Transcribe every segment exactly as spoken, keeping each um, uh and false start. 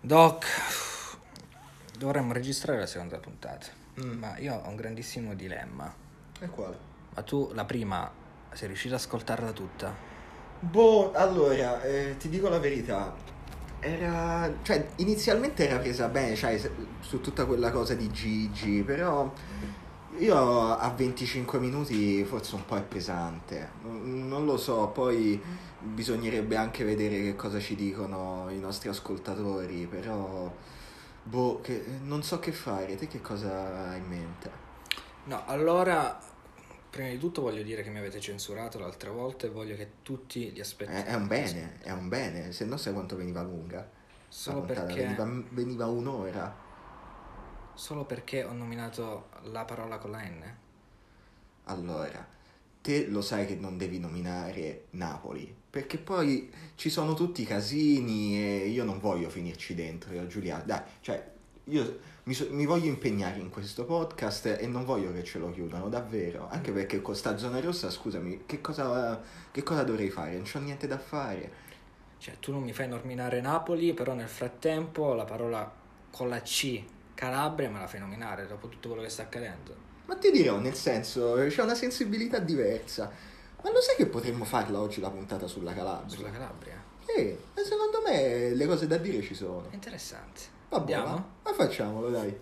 Doc, dovremmo registrare la seconda puntata, Mm. ma io ho un grandissimo dilemma. E quale? Ma tu la prima sei riuscito ad ascoltarla tutta? Boh, allora, eh, ti dico la verità. Era, cioè, inizialmente era presa bene, cioè, se- su tutta quella cosa di Gigi, però io a venticinque minuti forse un po' è pesante. Non, non lo so, poi bisognerebbe anche vedere che cosa ci dicono i nostri ascoltatori, però, boh, che, non so che fare. Te che cosa hai in mente? No, allora, prima di tutto voglio dire che mi avete censurato l'altra volta e voglio che tutti li È, aspettino. è un bene, è un bene, se no sai quanto veniva lunga la Solo puntata, perché, veniva, veniva un'ora. solo perché ho nominato la parola con la N. Allora, te lo sai che non devi nominare Napoli, perché poi ci sono tutti i casini e io non voglio finirci dentro, io, Giuliano. Dai, cioè, io mi, so- mi voglio impegnare in questo podcast e non voglio che ce lo chiudano, davvero. Anche perché con sta zona rossa, scusami, che cosa, che cosa dovrei fare? Non c'ho niente da fare. Cioè, tu non mi fai nominare Napoli, però nel frattempo la parola con la C, Calabria, me la fai nominare dopo tutto quello che sta accadendo. Ma ti dirò, nel senso, c'è una sensibilità diversa. Ma lo sai che potremmo farla oggi la puntata sulla Calabria? Sulla Calabria? Eh, e secondo me le cose da dire ci sono. È interessante. Vabbè, Andiamo? va. Ma facciamolo, dai.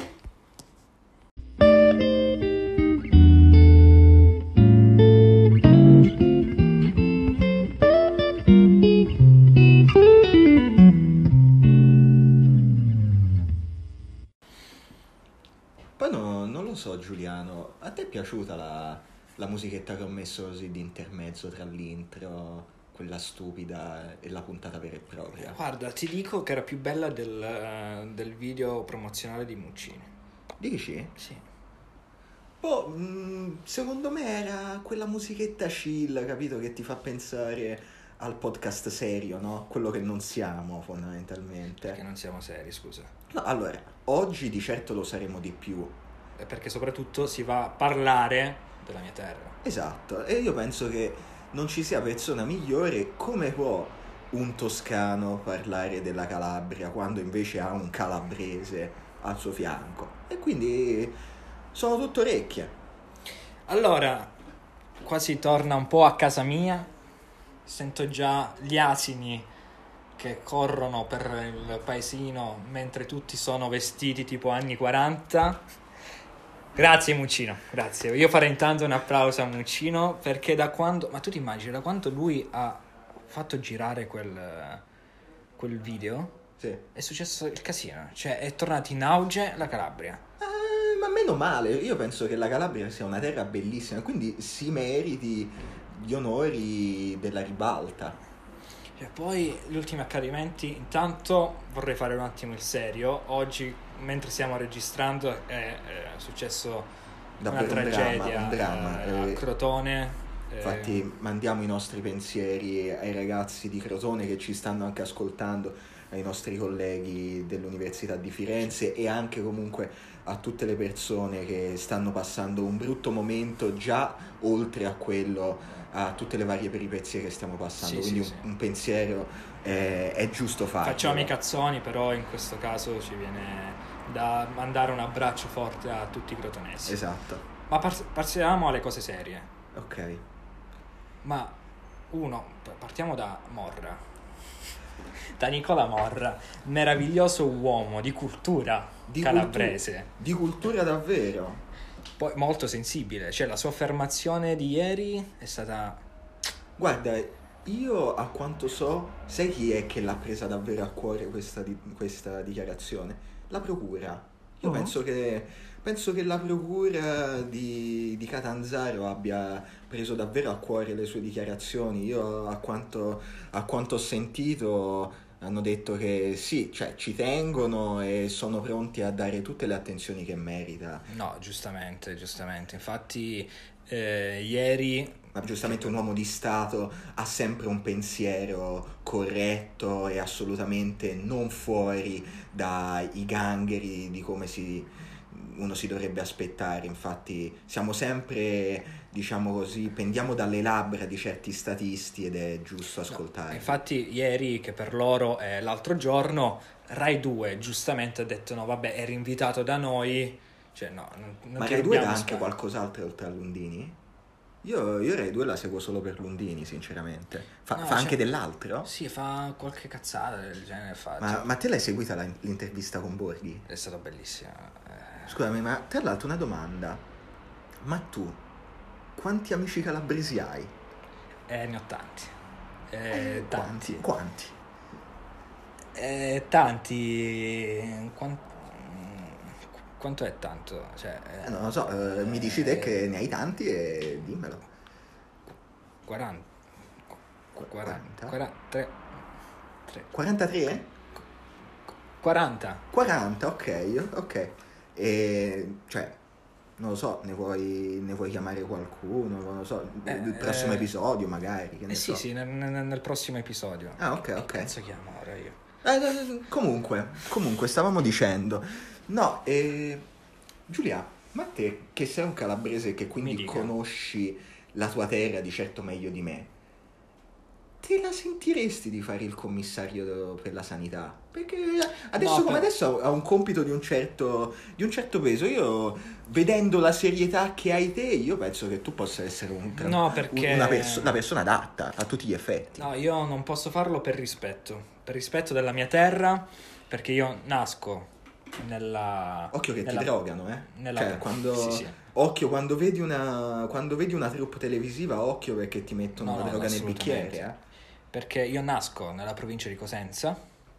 Poi no, non lo so, Giuliano, a te è piaciuta la, la musichetta che ho messo così di intermezzo tra l'intro, quella stupida, e la puntata vera e propria? Guarda, ti dico che era più bella del, eh, del video promozionale di Muccini. Dici? Sì. Boh, mm, secondo me era quella musichetta chill, capito, che ti fa pensare al podcast serio, no? Quello che non siamo, fondamentalmente. Perché non siamo seri, scusa. No, allora, oggi di certo lo saremo di più. E perché soprattutto si va a parlare della mia terra. Esatto, e io penso che non ci sia persona migliore. Come può un toscano parlare della Calabria quando invece ha un calabrese al suo fianco? E quindi sono tutto orecchie. Allora, qua si torna un po' a casa mia. Sento già gli asini che corrono per il paesino mentre tutti sono vestiti tipo anni quaranta. Grazie Muccino, grazie. Io farei intanto un applauso a Muccino perché da quando... Ma tu ti immagini da quando lui ha fatto girare quel, quel video Sì. è successo il casino. Cioè è tornata in auge la Calabria. Eh, ma meno male, io penso che la Calabria sia una terra bellissima, quindi si meriti gli onori della ribalta. E poi gli ultimi accadimenti. Intanto vorrei fare un attimo il serio. Oggi, mentre stiamo registrando, è, è successo Davvero una un tragedia dramma, un dramma. eh, a eh, Crotone. eh, Infatti mandiamo i nostri pensieri ai ragazzi di Crotone che ci stanno anche ascoltando, ai nostri colleghi dell'Università di Firenze e anche comunque a tutte le persone che stanno passando un brutto momento già oltre a quello, a tutte le varie peripezie che stiamo passando. Sì, Quindi sì, un, sì. un pensiero è, è giusto farlo. Facciamo i cazzoni, però in questo caso ci viene da mandare un abbraccio forte a tutti i crotonesi. Esatto, Ma par- passiamo alle cose serie. ok. Ma uno, p- partiamo da Morra. Da Nicola Morra, meraviglioso uomo di cultura Di calabrese. cultu- di cultura davvero. Poi molto sensibile, cioè la sua affermazione di ieri è stata... Guarda, io a quanto so, sai chi è che l'ha presa davvero a cuore questa, di- questa dichiarazione? La procura. Io Oh. penso che, penso che la procura di, di Catanzaro abbia preso davvero a cuore le sue dichiarazioni. Io a quanto, a quanto ho sentito hanno detto che sì, cioè ci tengono e sono pronti a dare tutte le attenzioni che merita. No, giustamente, giustamente. Infatti eh, ieri... Ma giustamente un uomo di Stato ha sempre un pensiero corretto e assolutamente non fuori dai gangheri di come si, uno si dovrebbe aspettare. Infatti siamo sempre, diciamo così, pendiamo dalle labbra di certi statisti ed è giusto ascoltare. No, infatti ieri, che per loro è l'altro giorno, Rai due giustamente ha detto no vabbè, eri invitato da noi, cioè no, non, non Ma ti Rai due dà dobbiamo anche spam- qualcos'altro oltre a Lundini? Io, io Rai due la seguo solo per Lundini, sinceramente. Fa, No, fa cioè- anche dell'altro? Sì, fa qualche cazzata del genere, fa, Ma, cioè, ma te l'hai seguita la- l'intervista con Borghi? è stata bellissima. Eh, Scusami, ma tra l'altro una domanda. Ma tu, quanti amici calabresi hai? eh, ne ho tanti. Eh, tanti. Quanti? Quanti? Eh, tanti. Quan- Quanto è tanto? Cioè, eh, Eh, non lo so, eh, mi dici te che ne hai tanti e dimmelo. quaranta. quaranta? quaranta. tre, tre, quarantatré? quaranta. quaranta, ok, ok. E cioè, non lo so, ne vuoi, ne vuoi chiamare qualcuno? Non lo so, Eh, il prossimo eh, episodio magari, che ne Eh sì, so. sì, nel, nel- nel prossimo episodio. Ah, ok, Che ok. cazzo chiamo ora io? Eh, eh, comunque, comunque, stavamo dicendo. No, eh, Giulia, ma te che sei un calabrese che Mi quindi dica. conosci la tua terra di certo meglio di me, te la sentiresti di fare il commissario per la sanità? Perché adesso No, come per- adesso ha un compito di un certo, di un certo peso. Io, vedendo la serietà che hai te, io penso che tu possa essere un, tra- No, perché- una perso- una persona adatta a tutti gli effetti. No, io non posso farlo per rispetto. Per rispetto della mia terra, perché io nasco nella... Occhio che nella- ti drogano, eh. nella- Cioè, quando... Sì, sì. Occhio, quando vedi una quando vedi una troupe televisiva, occhio perché ti mettono No, la no, droga nel assolutamente. bicchiere, eh. Perché io nasco nella provincia di Cosenza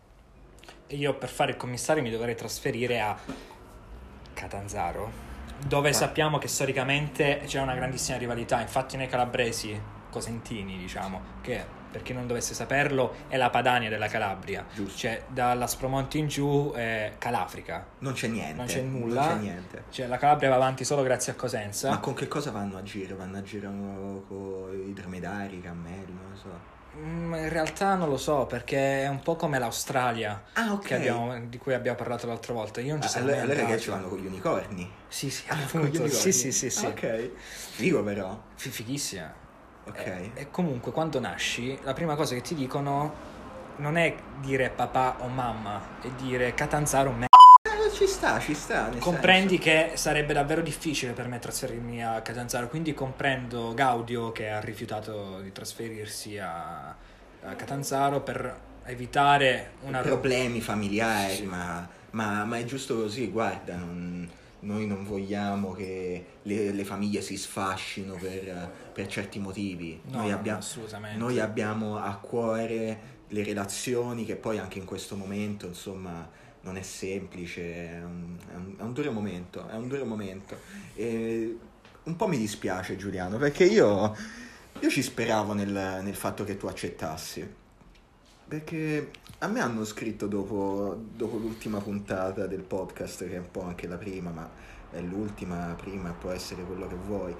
e io per fare il commissario mi dovrei trasferire a Catanzaro, dove Ah. sappiamo che storicamente c'è una grandissima rivalità. Infatti noi calabresi, cosentini diciamo, che per chi non dovesse saperlo è la Padania della Calabria. Giusto. Cioè dall'Aspromonte in giù è Calafrica. Non c'è niente. Non c'è nulla. Non c'è niente. Cioè la Calabria va avanti solo grazie a Cosenza. Ma con che cosa vanno a giro? Vanno a giro con i dromedari, i cammelli, non lo so. Mm, in realtà non lo so, perché è un po' come l'Australia, Ah, ok. che abbiamo- di cui abbiamo parlato l'altra volta. Io non ci Ah, sono allora, mai allora che andato. ci vanno con gli unicorni? Sì, sì, Ah, con gli appunto. unicorni. Sì, sì, sì, sì. Ah, ok. Figo però. Fi- Fighissima. Ok. E, e comunque quando nasci, la prima cosa che ti dicono non è dire papà o mamma, è dire Catanzaro me. Eh, ci sta, ci sta. nel Comprendi senso. che sarebbe davvero difficile per me trasferirmi a Catanzaro, quindi comprendo Gaudio che ha rifiutato di trasferirsi a, a Catanzaro per evitare una Problemi familiari, ma, ma- ma è giusto così, guarda, non- noi non vogliamo che le, le famiglie si sfascino per, per certi motivi. No, noi, no, abbia- assolutamente. noi abbiamo a cuore le relazioni, che poi anche in questo momento, insomma, non è semplice, è un, è un- è un duro momento, è un duro momento. E un po' mi dispiace, Giuliano, perché io, io ci speravo nel, nel fatto che tu accettassi. Perché a me hanno scritto dopo, dopo l'ultima puntata del podcast, che è un po' anche la prima, ma è l'ultima, prima può essere quello che vuoi.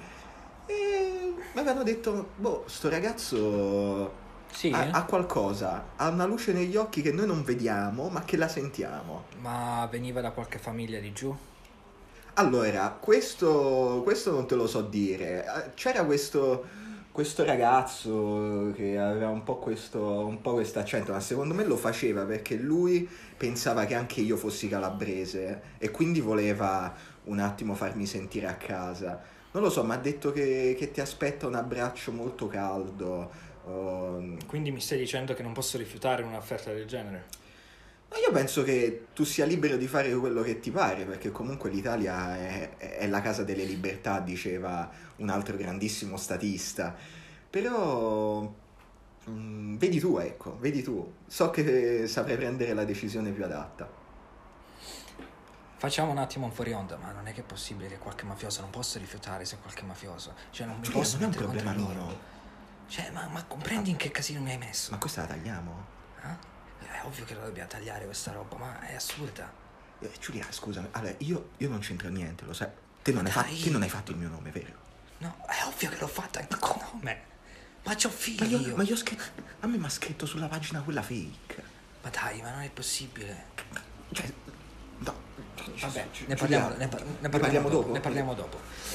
E mi avevano detto, boh, sto ragazzo Sì, ha, ha qualcosa, ha una luce negli occhi che noi non vediamo, ma che la sentiamo. ma veniva da qualche famiglia di giù? Allora, questo, questo non te lo so dire. Eh, C'era questo, questo ragazzo che aveva un po' questo, un po' questo accento, ma secondo me lo faceva perché lui pensava che anche io fossi calabrese e quindi voleva un attimo farmi sentire a casa. Non lo so, mi ha detto che, che ti aspetta un abbraccio molto caldo. um, Quindi mi stai dicendo che non posso rifiutare un'offerta del genere? Ma io penso che tu sia libero di fare quello che ti pare, perché comunque l'Italia è, è la casa delle libertà, diceva un altro grandissimo statista. Però mm, vedi tu, ecco, vedi tu. So che saprai prendere la decisione più adatta. Facciamo un attimo un fuori onda, ma non è che è possibile che qualche mafioso non posso rifiutare se qualche mafioso. Cioè non mi Giulia, posso non è un mettere problema contro mio. loro. Cioè, ma, ma comprendi in che casino mi hai messo? Ma questa la tagliamo? Eh? È ovvio che lo dobbiamo tagliare questa roba, ma è assurda. Eh, Giulia, scusami, allora, io, io non c'entro niente, lo sai. Te non, hai Dai. fatto, te non hai fatto il mio nome, vero? No, è ovvio che l'ho fatta anche con nome. Ma c'ho figli Ma io, io. ma io ho scritto, a me mi ha scritto sulla pagina quella fake. Ma dai, ma non è possibile. Cioè, no, Vabbè, ne parliamo, ne, par- ne parliamo, parliamo dopo, dopo. Ne parliamo dopo.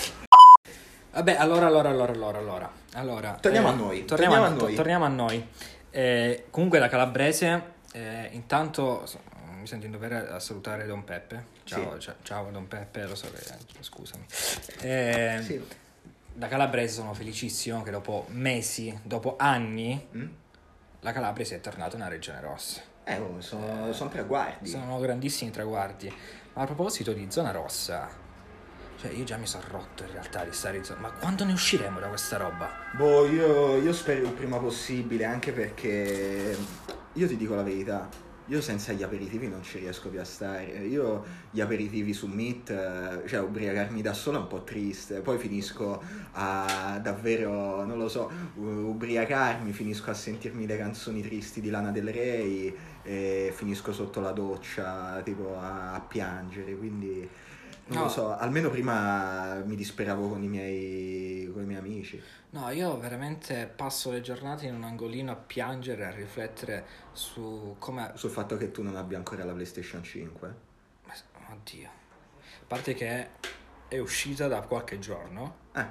Vabbè, allora, allora, allora, allora, allora. allora Torniamo eh, a noi. Torniamo, Torniamo a, a noi. to- torniamo a noi. Eh, comunque la Calabrese, eh, intanto so- mi sento in dovere a salutare Don Peppe. Ciao, Sì. ciao, ciao Don Peppe, lo so che scusami. Eh, Sì. Da Calabrese sono felicissimo che dopo mesi, dopo anni, Mm? la Calabria sia tornata una regione rossa. Eh, oh, sono, sono traguardi. Sono grandissimi traguardi. Ma a proposito di zona rossa, cioè io già mi sono rotto in realtà di stare in zona. Ma quando ne usciremo da questa roba? Boh, io, io spero il prima possibile, anche perché io ti dico la verità, io senza gli aperitivi non ci riesco più a stare. Io gli aperitivi su Meet, eh, cioè ubriacarmi da solo è un po' triste, poi finisco a davvero, non lo so, u- ubriacarmi, finisco a sentirmi le canzoni tristi di Lana Del Rey e finisco sotto la doccia tipo a, a piangere, quindi non No. lo so, almeno prima mi disperavo con i miei, con i miei amici. No, io veramente passo le giornate in un angolino a piangere, a riflettere su come... Sul fatto che tu non abbia ancora la PlayStation cinque. Oddio. A parte che è uscita da qualche giorno Eh,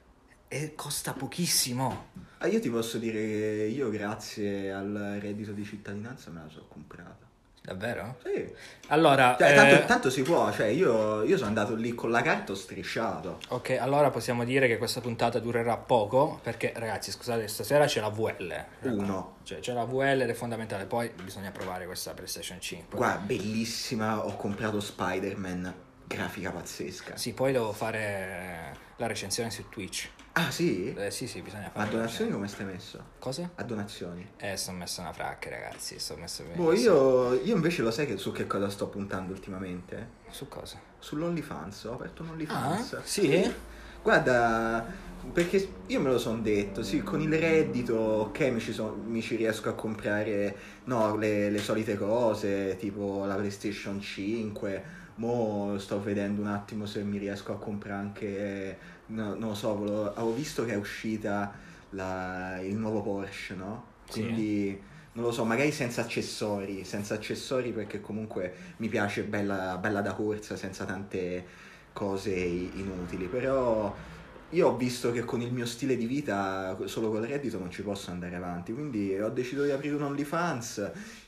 e costa pochissimo. ah, io ti posso dire che io grazie al reddito di cittadinanza me la sono comprata. Davvero? Sì. Allora, Cioè, eh, tanto, tanto si può, cioè io, io sono andato lì con la carta, ho strisciato. ok, allora possiamo dire che questa puntata durerà poco, perché ragazzi, scusate, stasera c'è la V L. Uno. Cioè, c'è la V L ed è fondamentale, poi bisogna provare questa PlayStation cinque. Guarda, bellissima, ho comprato Spider-Man, grafica pazzesca. Sì, poi devo fare la recensione su Twitch. Ah sì? Eh, sì, sì, bisogna Ma fare. a donazioni come stai messo? Cosa? A donazioni? Eh, sto messo una fracca, ragazzi, sto messo bene. Boh, io, io invece lo sai che su che cosa sto puntando ultimamente? Su cosa? Sull'OnlyFans, ho aperto un Ah, OnlyFans. sì? Guarda, perché io me lo sono detto, sì, con il reddito, ok, mi ci, son- mi ci riesco a comprare, no, le, le solite cose, tipo la PlayStation cinque, mo sto vedendo un attimo se mi riesco a comprare anche, no, non lo so, volevo- avevo visto che è uscita la- il nuovo Porsche, no? Sì. Quindi... Non lo so, magari senza accessori, senza accessori perché comunque mi piace bella, bella da corsa, senza tante cose inutili, però io ho visto che con il mio stile di vita, solo col reddito, non ci posso andare avanti, quindi ho deciso di aprire un OnlyFans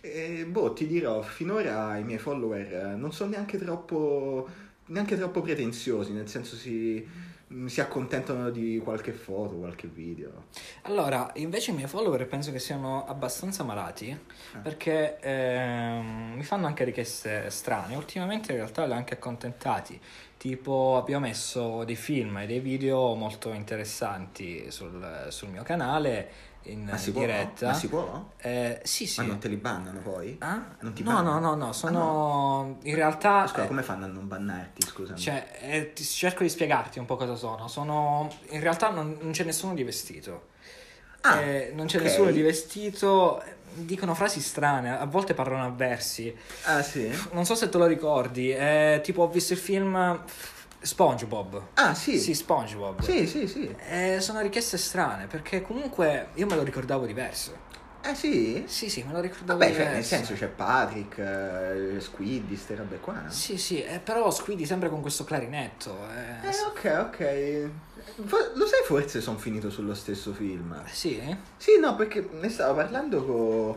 e boh, ti dirò, finora i miei follower non sono neanche troppo, neanche troppo pretenziosi, nel senso si... si accontentano di qualche foto, qualche video. Allora, invece i miei follower penso che siano abbastanza malati, perché ehm, mi fanno anche richieste strane. Ultimamente in realtà li ho anche accontentati. Tipo abbiamo messo dei film e dei video molto interessanti sul, sul mio canale in Ma si può? diretta. Ma si può? Eh, sì, sì. Ma non te li bannano poi? Ah? Non ti no, bannano? no, no, no, sono Ah, no. in realtà Scusa, eh, come fanno a non bannarti, scusami? cioè, eh, ti- cerco di spiegarti un po' cosa sono. Sono in realtà non, non c'è nessuno di vestito. Ah, Eh, non c'è ok. nessuno di vestito. Dicono frasi strane, a volte parlano a versi. Ah, sì? Non so se te lo ricordi. eh, tipo, ho visto il film SpongeBob. Ah, sì. Sì, SpongeBob. Sì, sì, sì. Eh, sono richieste strane perché comunque io me lo ricordavo diverso. Eh, sì? Sì, sì, me lo ricordavo Vabbè, diverso. cioè, nel senso c'è Patrick, eh, Squiddy, ste robe qua, no? Sì, sì, eh, però Squiddy sempre con questo clarinetto. Eh, Eh, ok, ok. Fo- Lo sai, forse sono finito sullo stesso film. Sì? Sì, no, perché ne stavo parlando con...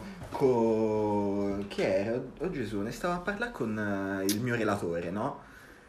Co... Chi era? Oh Gesù, ne stavo a parlare con eh, il mio relatore, no?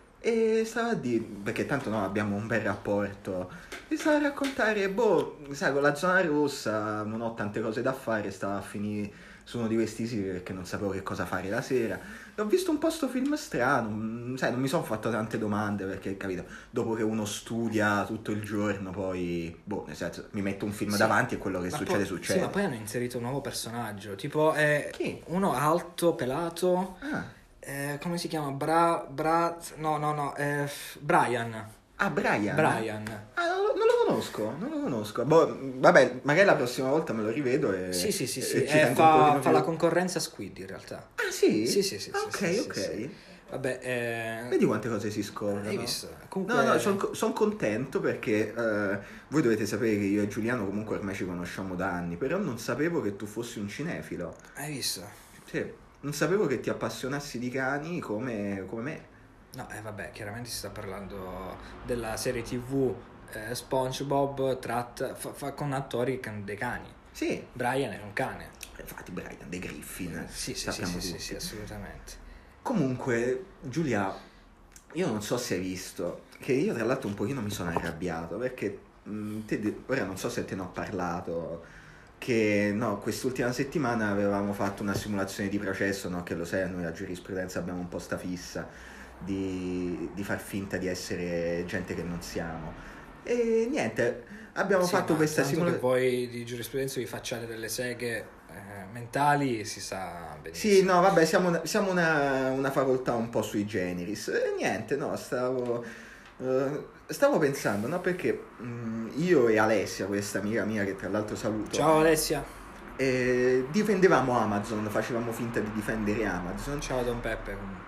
E stava a dire, perché tanto no, abbiamo un bel rapporto. Mi stava a raccontare, boh, sai, con la zona rossa non ho tante cose da fare, stavo a finire su uno di questi siti perché non sapevo che cosa fare la sera. E ho visto un po' sto film strano, mm, sai, non mi sono fatto tante domande perché, capito, dopo che uno studia tutto il giorno, poi, boh, nel senso, mi metto un film Sì. davanti e quello che Ma succede, poi- succede. Sì, ma poi hanno inserito un nuovo personaggio. Tipo, eh, Chi? uno alto, pelato. Ah. eh, come si chiama? Bra... Bra... No, no, no. eh, Brian. Ah, Brian? Brian. Ah, non lo, non lo conosco, non lo conosco. Boh, vabbè, magari la prossima volta me lo rivedo e... Sì, sì, sì, e sì. ci eh, tengo un fa, pochino fa più. la concorrenza a Squid in realtà. Ah, sì? Sì, sì, sì. Ah, sì, ok, sì, sì, ok. sì. Vabbè, eh... Vedi quante cose si scoprono. Hai visto? Comunque... No, no, sono contento perché eh, voi dovete sapere che io e Giuliano comunque ormai ci conosciamo da anni, però non sapevo che tu fossi un cinefilo. Hai visto? Sì, non sapevo che ti appassionassi di cani come, come me. No, eh vabbè, chiaramente si sta parlando della serie tivù eh, SpongeBob tratta fa, fa con attori che hanno dei cani. Sì. Brian è un cane. Infatti Brian dei Griffin, Sì, sì, sì, sì, sappiamo sì, tutti. sì, assolutamente. Comunque, Giulia, io non so se hai visto, che io tra l'altro un pochino mi sono arrabbiato, perché mh, te, ora non so se te ne ho parlato, che no, quest'ultima settimana avevamo fatto una simulazione di processo, no, che lo sai, noi a giurisprudenza abbiamo un po' sta fissa di, di far finta di essere gente che non siamo. E niente, abbiamo Sì, fatto ma questa tanto che simulazione. voi di giurisprudenza vi facciate delle seghe eh, mentali, si sa benissimo. Sì, no, vabbè, siamo, una, siamo una, una facoltà un po' sui generis. E niente, no, stavo, eh, stavo pensando, no, perché mh, io e Alessia, questa amica mia che tra l'altro saluto, Ciao Alessia. eh, difendevamo Amazon, facevamo finta di difendere Amazon. Ciao Don Peppe comunque.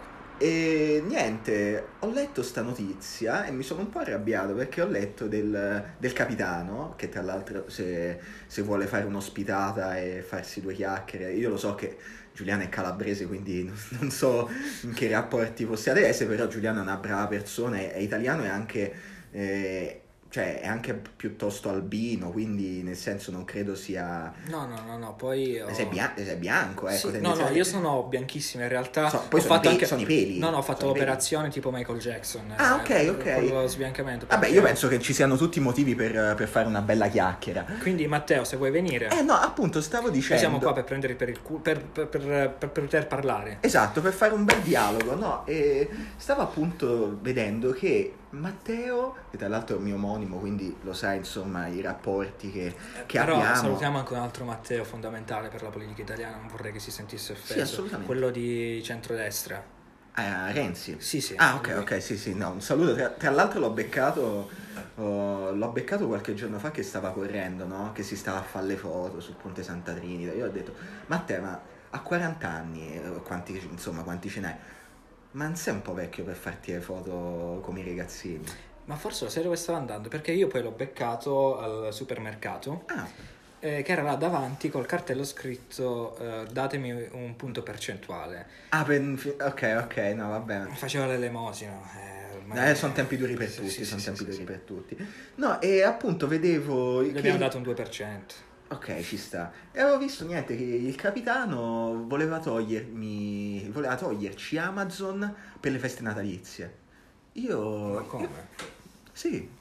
E niente, ho letto sta notizia e mi sono un po' arrabbiato perché ho letto del, del capitano, che tra l'altro se, se vuole fare un'ospitata e farsi due chiacchiere, io lo so che Giuliano è calabrese, quindi non, non so in che rapporti possiate essere, però Giuliano è una brava persona, è, è italiano e anche... Eh, cioè è anche piuttosto albino, quindi nel senso non credo sia... No, no, no, no, poi... Ho... Sei, bia- sei bianco, ecco. Sì, no, no, io sono bianchissimo in realtà. So, poi ho sono, fatto i pe- anche... sono i peli. No, no, ho fatto sono i peli. l'operazione tipo Michael Jackson. Ah, ok, eh, ok. Con lo sbiancamento. Vabbè, perché- io penso che ci siano tutti i motivi per, per fare una bella chiacchiera. Quindi Matteo, se vuoi venire, Eh no, appunto, stavo noi dicendo... siamo qua per prendere per il culo, per, per, per, per, per poter parlare. Esatto, per fare un bel dialogo, no? E stavo appunto vedendo che Matteo, che tra l'altro è un mio omonimo, quindi lo sai, insomma, i rapporti che, che Però abbiamo... salutiamo anche un altro Matteo fondamentale per la politica italiana, non vorrei che si sentisse offeso. Sì, assolutamente. Quello di centrodestra. Ah, Renzi? Sì, sì. Ah, ok, lui. ok, sì, sì, no, un saluto. Tra, tra l'altro l'ho beccato, oh, l'ho beccato qualche giorno fa che stava correndo, no? Che si stava a fare le foto sul Ponte Santa Trinita. Io ho detto, ma te, ma a quaranta anni, eh, quanti, insomma, quanti ce n'hai? Ma non sei un po' vecchio per farti le foto come i ragazzini? Ma forse lo sai dove stava andando? Perché io poi l'ho beccato al supermercato, Ah, eh, che era là davanti col cartello scritto eh, datemi un punto percentuale. ah per, ok, ok, no, vabbè. Faceva l'elemosina. Eh, ormai- Eh, sono tempi duri per Sì, tutti, sì, sono sì, tempi sì, duri sì. per tutti. No, e appunto vedevo Gli che... abbiamo dato un due per cento. Ok, ci sta. E avevo visto niente che il capitano voleva togliermi, voleva toglierci Amazon per le feste natalizie. Io... Ma come? io- Sì.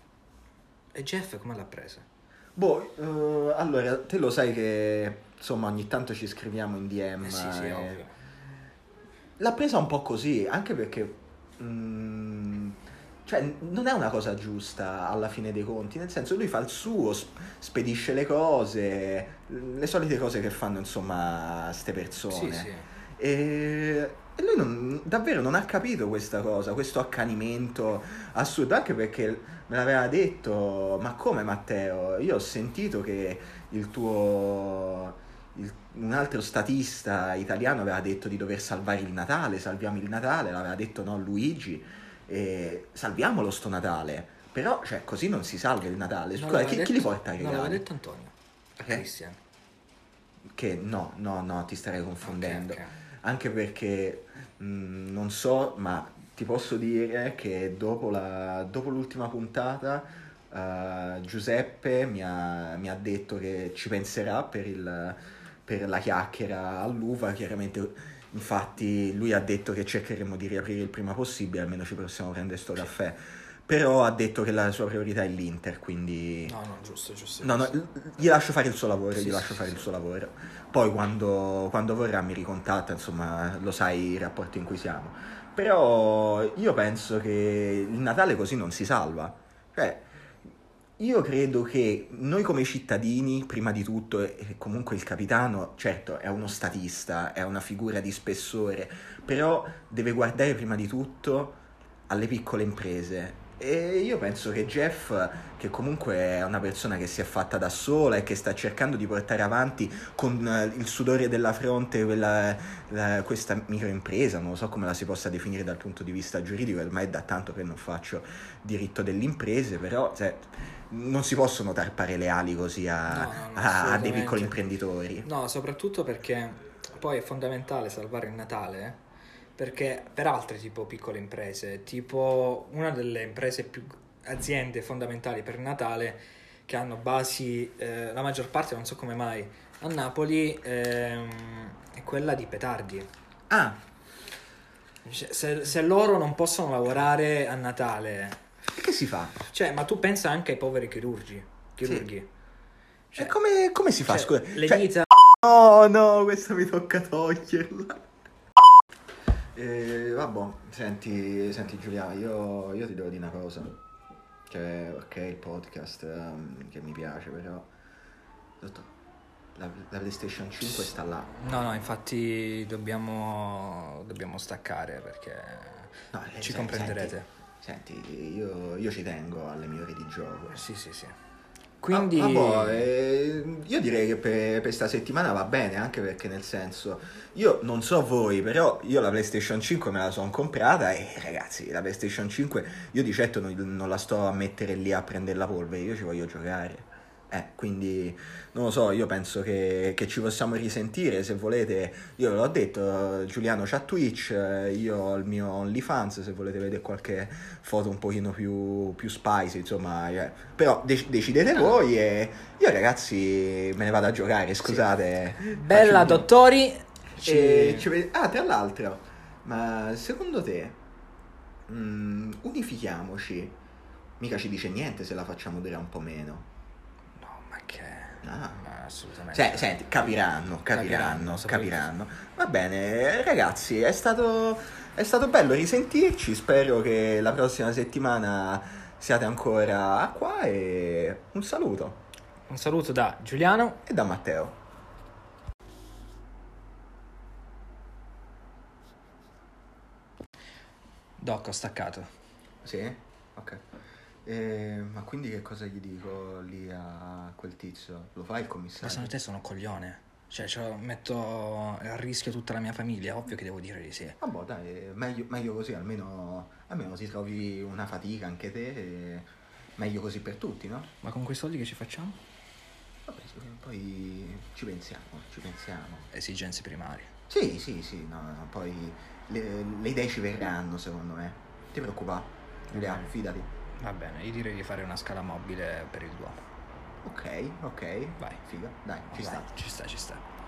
E Jeff come l'ha presa? Boh, eh, allora, te lo sai che insomma ogni tanto ci scriviamo in D M. Eh sì, sì, e- ovvio. L'ha presa un po' così, anche perché mm, cioè, non è una cosa giusta alla fine dei conti, nel senso lui fa il suo, sp- spedisce le cose, le solite cose che fanno insomma ste persone. Sì, sì. E, e lui non- davvero non ha capito questa cosa, questo accanimento assurdo, anche perché me l'aveva detto, ma come Matteo? Io ho sentito che il tuo... il- un altro statista italiano aveva detto di dover salvare il Natale, salviamo il Natale, l'aveva detto no Luigi, e salviamolo sto Natale, però cioè così non si salva il Natale, Non scusa, l'aveva chi, chi detto- li porta i Non l'aveva regali? detto Antonio. A Eh? Christian. Che no, no, no, ti starei confondendo, Ok, ok. anche perché mh, non so, ma ti posso dire che dopo, la, dopo l'ultima puntata eh, Giuseppe mi ha, mi ha detto che ci penserà per, il, per la chiacchiera all'uva, chiaramente. Infatti lui ha detto che cercheremo di riaprire il prima possibile, almeno ci possiamo prendere sto caffè. Però ha detto che la sua priorità è l'Inter, quindi... No, no, giusto, giusto. No, no, giusto. gli lascio fare il suo lavoro, Sì, gli sì, lascio sì, fare sì. il suo lavoro. Poi quando, quando vorrà mi ricontatta, insomma, lo sai i rapporti in cui siamo. Però io penso che il Natale così non si salva. Cioè, io credo che noi come cittadini, prima di tutto, e comunque il capitano, certo, è uno statista, è una figura di spessore, però deve guardare prima di tutto alle piccole imprese. E io penso che Jeff, che comunque è una persona che si è fatta da sola e che sta cercando di portare avanti con eh, il sudore della fronte quella, la- questa microimpresa, non lo so come la si possa definire dal punto di vista giuridico, ormai è da tanto che non faccio diritto delle imprese, però cioè, non si possono tarpare le ali così a, No, no, no, a- a dei assolutamente. piccoli imprenditori. No, soprattutto perché poi è fondamentale salvare il Natale, perché per altre tipo piccole imprese, tipo una delle imprese più aziende fondamentali per Natale che hanno basi, eh, la maggior parte, non so come mai, a Napoli, ehm, è quella di petardi. Ah, Cioè, Se, se loro non possono lavorare a Natale, e che si fa? cioè, ma tu pensa anche ai poveri chirurgi, chirurghi. Cioè, E come, come si fa? cioè, Scusa. le Cioè- dita. No, no, questa mi tocca toglierla. Eh, vabbè, senti, senti Giulia, io, io ti devo dire una cosa. Cioè, ok, il podcast ehm, che mi piace, però... Dottor, la, la PlayStation cinque sta là. No, no, infatti dobbiamo, dobbiamo staccare perché No, eh, ci se- comprenderete. Senti, senti, io, io ci tengo alle mie ore di gioco. Sì, sì, sì. Quindi... Ah, vabbè, eh, io direi che per questa settimana va bene, anche perché nel senso, io non so voi, però io la PlayStation cinque me la sono comprata e ragazzi, la PlayStation cinque io di certo non, non la sto a mettere lì a prendere la polvere, io ci voglio giocare. Eh, quindi non lo so, io penso che, che ci possiamo risentire se volete. Io ve l'ho detto, Giuliano c'ha Twitch, eh, io ho il mio OnlyFans, se volete vedere qualche foto un pochino più, più spicy, insomma, eh. Però dec- decidete voi e io ragazzi me ne vado a giocare, scusate. Bella, Faccio- dottori. Ci... E ci ved- Ah, tra l'altro, ma secondo te mm, unifichiamoci? Mica ci dice niente se la facciamo durare un po' meno. No, ma che... Ah. Ma assolutamente. Cioè, senti, capiranno, capiranno, Capiranno, capiranno. Va bene, ragazzi, è stato, è stato bello risentirci. Spero che la prossima settimana siate ancora qua e un saluto. Un saluto da Giuliano. E da Matteo. Doc, ho staccato. Sì? Ok. Eh, ma quindi che cosa gli dico lì a quel tizio? Lo fai il Ma commissario? secondo te sono un coglione? Cioè, cioè, metto a rischio tutta la mia famiglia, ovvio che devo dire di sì. Vabbè, dai, meglio, meglio così, almeno, almeno ti trovi una fatica anche te, e meglio così per tutti, no? Ma con quei soldi che ci facciamo? Vabbè, sì, poi ci pensiamo, ci pensiamo. Esigenze primarie. Sì, sì, sì, no, no, poi le, le idee ci verranno, secondo me. Ti preoccupare, Giulia, bene. fidati. Va bene, io direi di fare una scala mobile per il Duomo. Ok, ok, Vai. figa, dai, ci Vai, sta. Ci sta, ci sta.